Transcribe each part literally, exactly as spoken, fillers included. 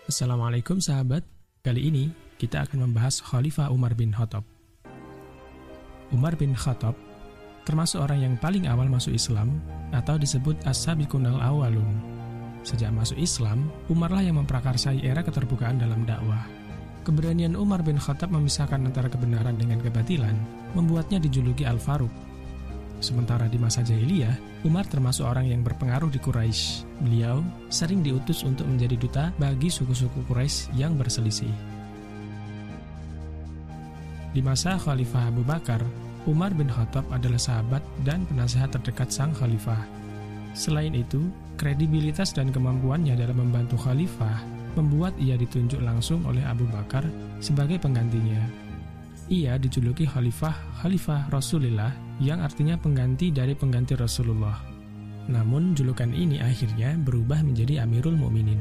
Assalamualaikum sahabat, kali ini kita akan membahas Khalifah Umar bin Khattab. Umar bin Khattab termasuk orang yang paling awal masuk Islam atau disebut As-Sabiqunal Awwalun. Sejak masuk Islam, Umarlah yang memprakarsai era keterbukaan dalam dakwah. Keberanian Umar bin Khattab memisahkan antara kebenaran dengan kebatilan membuatnya dijuluki Al-Faruq. Sementara di masa jahiliyah, Umar termasuk orang yang berpengaruh di Quraisy. Beliau sering diutus untuk menjadi duta bagi suku-suku Quraisy yang berselisih. Di masa Khalifah Abu Bakar, Umar bin Khattab adalah sahabat dan penasehat terdekat sang khalifah. Selain itu, kredibilitas dan kemampuannya dalam membantu khalifah membuat ia ditunjuk langsung oleh Abu Bakar sebagai penggantinya. Ia dijuluki Khalifah Khalifah Rasulullah yang artinya pengganti dari pengganti Rasulullah. Namun julukan ini akhirnya berubah menjadi Amirul Mukminin.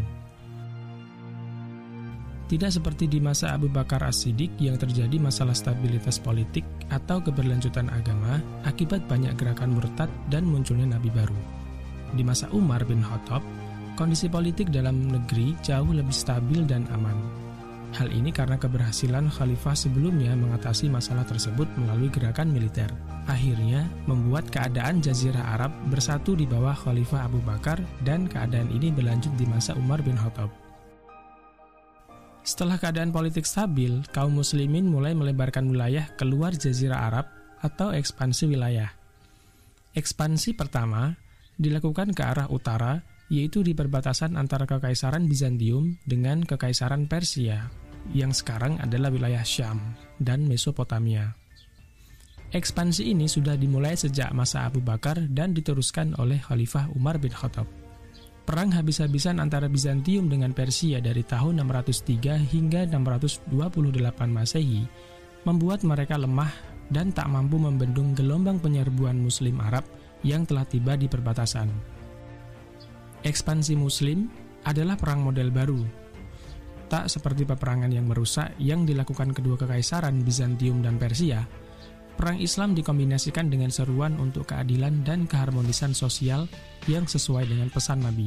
Tidak seperti di masa Abu Bakar As-Siddiq yang terjadi masalah stabilitas politik atau keberlanjutan agama akibat banyak gerakan murtad dan munculnya nabi baru. Di masa Umar bin Khattab, kondisi politik dalam negeri jauh lebih stabil dan aman. Hal ini karena keberhasilan khalifah sebelumnya mengatasi masalah tersebut melalui gerakan militer. Akhirnya, membuat keadaan Jazirah Arab bersatu di bawah Khalifah Abu Bakar dan keadaan ini berlanjut di masa Umar bin Khattab. Setelah keadaan politik stabil, kaum muslimin mulai melebarkan wilayah keluar Jazirah Arab atau ekspansi wilayah. Ekspansi pertama dilakukan ke arah utara, yaitu di perbatasan antara Kekaisaran Bizantium dengan Kekaisaran Persia, yang sekarang adalah wilayah Syam dan Mesopotamia. Ekspansi ini sudah dimulai sejak masa Abu Bakar dan diteruskan oleh Khalifah Umar bin Khattab. Perang habis-habisan antara Bizantium dengan Persia dari tahun enam ratus tiga hingga enam ratus dua puluh delapan Masehi membuat mereka lemah dan tak mampu membendung gelombang penyerbuan Muslim Arab yang telah tiba di perbatasan. Ekspansi Muslim adalah perang model baru. Tak seperti peperangan yang merusak yang dilakukan kedua kekaisaran Bizantium dan Persia, perang Islam dikombinasikan dengan seruan untuk keadilan dan keharmonisan sosial yang sesuai dengan pesan Nabi.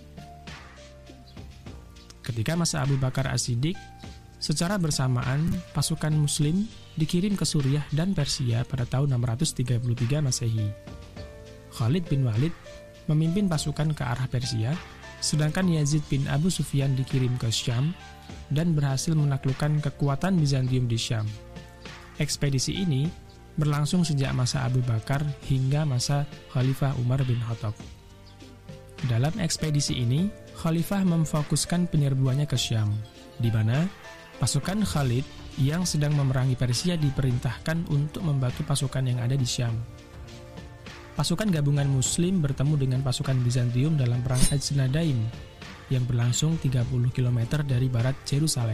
Ketika masa Abu Bakar As-Siddiq, secara bersamaan pasukan Muslim dikirim ke Suriah dan Persia pada tahun enam ratus tiga puluh tiga Masehi. Khalid bin Walid memimpin pasukan ke arah Persia, sedangkan Yazid bin Abu Sufyan dikirim ke Syam dan berhasil menaklukkan kekuatan Bizantium di Syam. Ekspedisi ini berlangsung sejak masa Abu Bakar hingga masa Khalifah Umar bin Khattab. Dalam ekspedisi ini, Khalifah memfokuskan penyerbuannya ke Syam, di mana pasukan Khalid yang sedang memerangi Persia diperintahkan untuk membantu pasukan yang ada di Syam. Pasukan gabungan Muslim bertemu dengan pasukan Bizantium dalam perang Ajnadain yang berlangsung tiga puluh kilometer dari barat Yerusalem.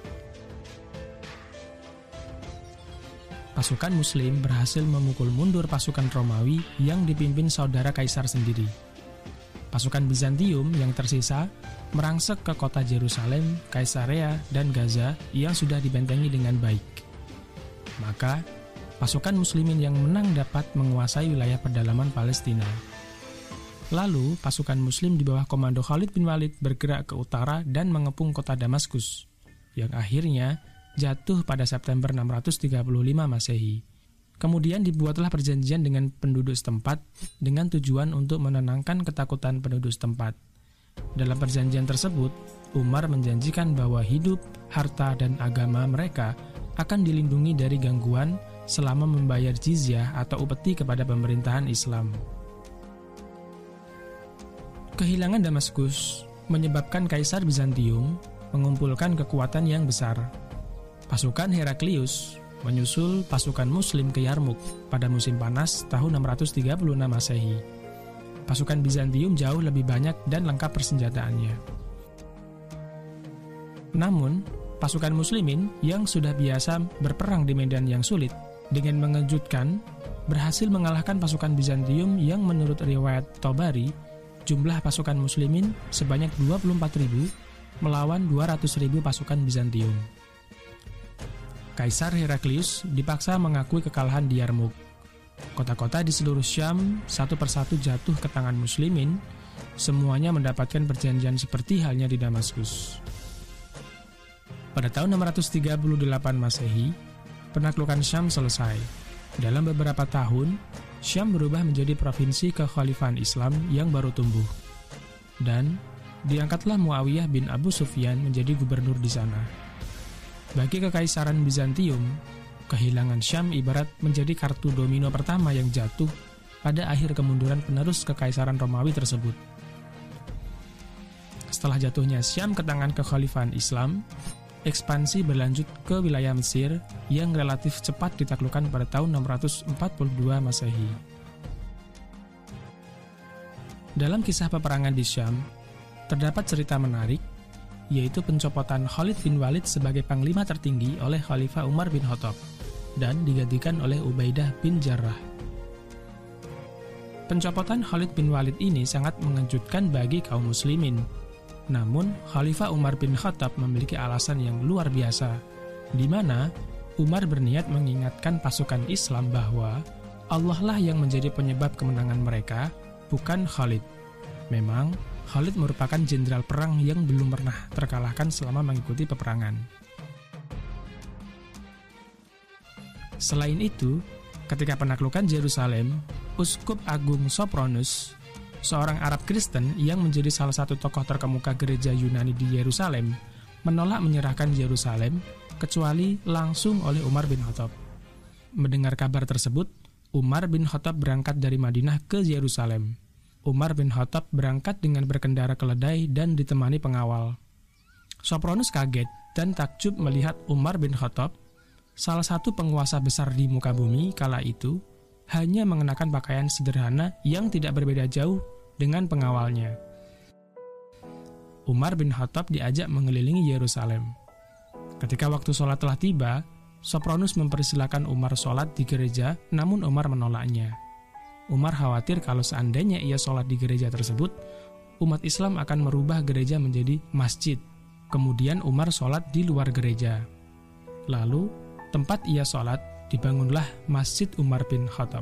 Pasukan Muslim berhasil memukul mundur pasukan Romawi yang dipimpin saudara kaisar sendiri. Pasukan Bizantium yang tersisa merangsek ke kota Yerusalem, Kaisarea, dan Gaza yang sudah dibentengi dengan baik. Maka, pasukan muslimin yang menang dapat menguasai wilayah pedalaman Palestina. Lalu, pasukan muslim di bawah komando Khalid bin Walid bergerak ke utara dan mengepung kota Damaskus, yang akhirnya jatuh pada September enam ratus tiga puluh lima Masehi. Kemudian dibuatlah perjanjian dengan penduduk setempat dengan tujuan untuk menenangkan ketakutan penduduk setempat. Dalam perjanjian tersebut, Umar menjanjikan bahwa hidup, harta, dan agama mereka akan dilindungi dari gangguan selama membayar jizyah atau upeti kepada pemerintahan Islam. Kehilangan Damaskus menyebabkan Kaisar Bizantium mengumpulkan kekuatan yang besar. Pasukan Heraklius menyusul pasukan Muslim ke Yarmuk pada musim panas tahun enam ratus tiga puluh enam Masehi. Pasukan Bizantium jauh lebih banyak dan lengkap persenjataannya. Namun, pasukan Muslimin yang sudah biasa berperang di medan yang sulit dengan mengejutkan berhasil mengalahkan pasukan Bizantium yang menurut riwayat Tobari jumlah pasukan Muslimin sebanyak dua puluh empat ribu melawan dua ratus ribu pasukan Bizantium. Kaisar Heraklius dipaksa mengakui kekalahan di Yarmuk. Kota-kota di seluruh Syam satu persatu jatuh ke tangan Muslimin, semuanya mendapatkan perjanjian seperti halnya di Damaskus. Pada tahun enam ratus tiga puluh delapan Masehi, penaklukan Syam selesai. Dalam beberapa tahun, Syam berubah menjadi provinsi kekhalifahan Islam yang baru tumbuh. Dan diangkatlah Muawiyah bin Abu Sufyan menjadi gubernur di sana. Bagi Kekaisaran Bizantium, kehilangan Syam ibarat menjadi kartu domino pertama yang jatuh pada akhir kemunduran penerus Kekaisaran Romawi tersebut. Setelah jatuhnya Syam ke tangan kekhalifahan Islam, ekspansi berlanjut ke wilayah Mesir yang relatif cepat ditaklukkan pada tahun enam ratus empat puluh dua Masehi. Dalam kisah peperangan di Syam, terdapat cerita menarik, yaitu pencopotan Khalid bin Walid sebagai panglima tertinggi oleh Khalifah Umar bin Khattab dan digantikan oleh Ubaidah bin Jarrah. Pencopotan Khalid bin Walid ini sangat mengejutkan bagi kaum muslimin. Namun, Khalifah Umar bin Khattab memiliki alasan yang luar biasa, di mana Umar berniat mengingatkan pasukan Islam bahwa Allah lah yang menjadi penyebab kemenangan mereka, bukan Khalid. Memang, Khalid merupakan jenderal perang yang belum pernah terkalahkan selama mengikuti peperangan. Selain itu, ketika penaklukan Yerusalem, Uskup Agung Sopronus, seorang Arab Kristen yang menjadi salah satu tokoh terkemuka gereja Yunani di Yerusalem, menolak menyerahkan Yerusalem kecuali langsung oleh Umar bin Khattab. Mendengar kabar tersebut, Umar bin Khattab berangkat dari Madinah ke Yerusalem. Umar bin Khattab berangkat dengan berkendara keledai dan ditemani pengawal. Sopronus kaget dan takjub melihat Umar bin Khattab, salah satu penguasa besar di muka bumi kala itu, hanya mengenakan pakaian sederhana yang tidak berbeda jauh dengan pengawalnya. Umar bin Khattab diajak mengelilingi Yerusalem. Ketika waktu sholat telah tiba, Sopronus mempersilahkan Umar sholat di gereja, namun Umar menolaknya. Umar khawatir kalau seandainya ia sholat di gereja tersebut, umat Islam akan merubah gereja menjadi masjid. Kemudian Umar sholat di luar gereja. Lalu, tempat ia sholat dibangunlah Masjid Umar bin Khattab.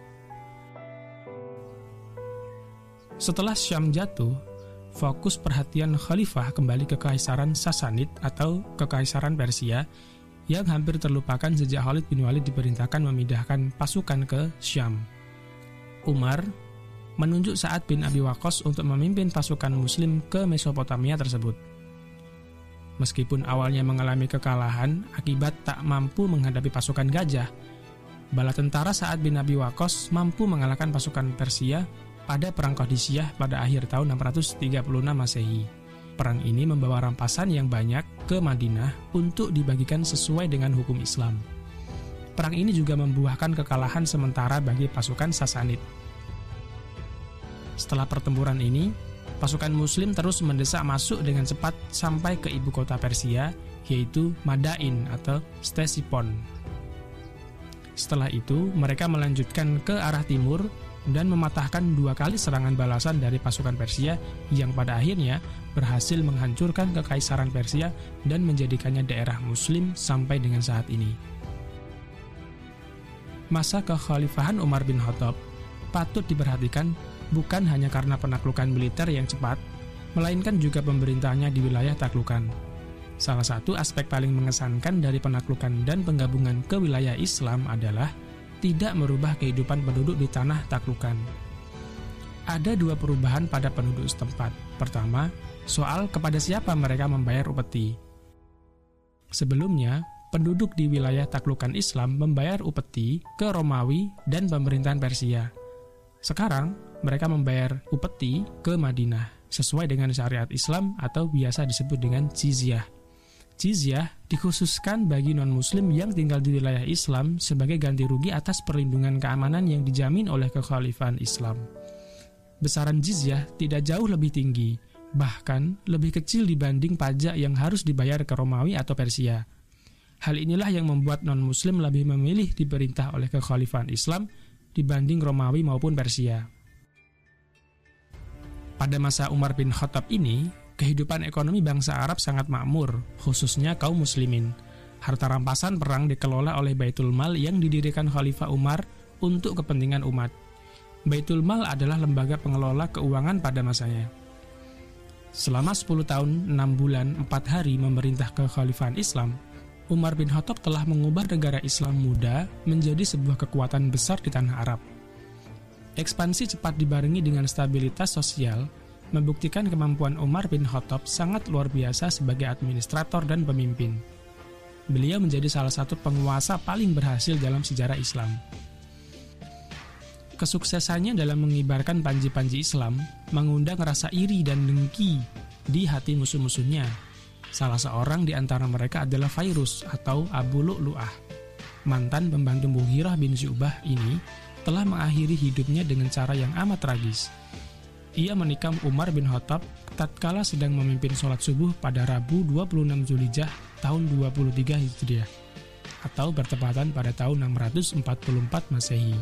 Setelah Syam jatuh, fokus perhatian khalifah kembali ke Kekaisaran Sasanid atau Kekaisaran Persia yang hampir terlupakan sejak Khalid bin Walid diperintahkan memindahkan pasukan ke Syam. Umar menunjuk Sa'ad bin Abi Waqqas untuk memimpin pasukan muslim ke Mesopotamia tersebut. Meskipun awalnya mengalami kekalahan akibat tak mampu menghadapi pasukan gajah, bala tentara Sa'ad bin Abi Waqqas mampu mengalahkan pasukan Persia pada Perang Qadisiyah pada akhir tahun enam ratus tiga puluh enam Masehi. Perang ini membawa rampasan yang banyak ke Madinah untuk dibagikan sesuai dengan hukum Islam. Perang ini juga membuahkan kekalahan sementara bagi pasukan Sasanid. Setelah pertempuran ini, pasukan Muslim terus mendesak masuk dengan cepat sampai ke ibu kota Persia, yaitu Madain atau Ctesifon. Setelah itu, mereka melanjutkan ke arah timur dan mematahkan dua kali serangan balasan dari pasukan Persia yang pada akhirnya berhasil menghancurkan Kekaisaran Persia dan menjadikannya daerah Muslim sampai dengan saat ini. Masa kekhalifahan Umar bin Khattab patut diperhatikan bukan hanya karena penaklukan militer yang cepat, melainkan juga pemerintahnya di wilayah taklukan. Salah satu aspek paling mengesankan dari penaklukan dan penggabungan ke wilayah Islam adalah tidak merubah kehidupan penduduk di tanah taklukan. Ada dua perubahan pada penduduk setempat. Pertama, soal kepada siapa mereka membayar upeti. Sebelumnya, penduduk di wilayah taklukan Islam membayar upeti ke Romawi dan pemerintahan Persia. Sekarang, mereka membayar upeti ke Madinah, sesuai dengan syariat Islam atau biasa disebut dengan jizyah. Jizyah dikhususkan bagi non-muslim yang tinggal di wilayah Islam sebagai ganti rugi atas perlindungan keamanan yang dijamin oleh kekhalifahan Islam. Besaran jizyah tidak jauh lebih tinggi, bahkan lebih kecil dibanding pajak yang harus dibayar ke Romawi atau Persia. Hal inilah yang membuat non-muslim lebih memilih diperintah oleh kekhalifahan Islam dibanding Romawi maupun Persia. Pada masa Umar bin Khattab ini, kehidupan ekonomi bangsa Arab sangat makmur, khususnya kaum muslimin. Harta rampasan perang dikelola oleh Baitul Mal yang didirikan Khalifah Umar untuk kepentingan umat. Baitul Mal adalah lembaga pengelola keuangan pada masanya. Selama sepuluh tahun, enam bulan, empat hari memerintah kekhalifahan Islam, Umar bin Khattab telah mengubah negara Islam muda menjadi sebuah kekuatan besar di tanah Arab. Ekspansi cepat dibarengi dengan stabilitas sosial, membuktikan kemampuan Umar bin Khattab sangat luar biasa sebagai administrator dan pemimpin. Beliau menjadi salah satu penguasa paling berhasil dalam sejarah Islam. Kesuksesannya dalam mengibarkan panji-panji Islam mengundang rasa iri dan dengki di hati musuh-musuhnya. Salah seorang di antara mereka adalah Fairuz atau Abu Lu'lu'ah. Mantan pembantu Mughirah bin Syu'bah ini telah mengakhiri hidupnya dengan cara yang amat tragis. Ia menikam Umar bin Khattab tatkala sedang memimpin sholat subuh pada Rabu dua puluh enam Zulhijjah tahun dua puluh tiga Hijriah atau bertepatan pada tahun enam ratus empat puluh empat Masehi.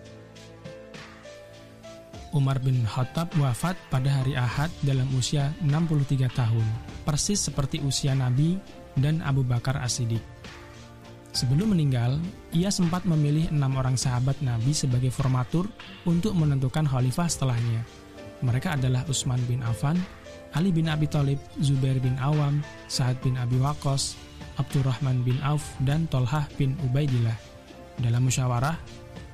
Umar bin Khattab wafat pada hari Ahad dalam usia enam puluh tiga tahun, persis seperti usia Nabi dan Abu Bakar As-Siddiq. Sebelum meninggal, ia sempat memilih enam orang sahabat Nabi sebagai formatur untuk menentukan khalifah setelahnya. Mereka adalah Utsman bin Affan, Ali bin Abi Thalib, Zubair bin Awam, Sa'ad bin Abi Waqqas, Abdurrahman bin Auf, dan Tolhah bin Ubaidillah. Dalam musyawarah,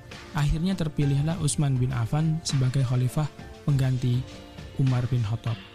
akhirnya terpilihlah Utsman bin Affan sebagai khalifah pengganti Umar bin Khattab.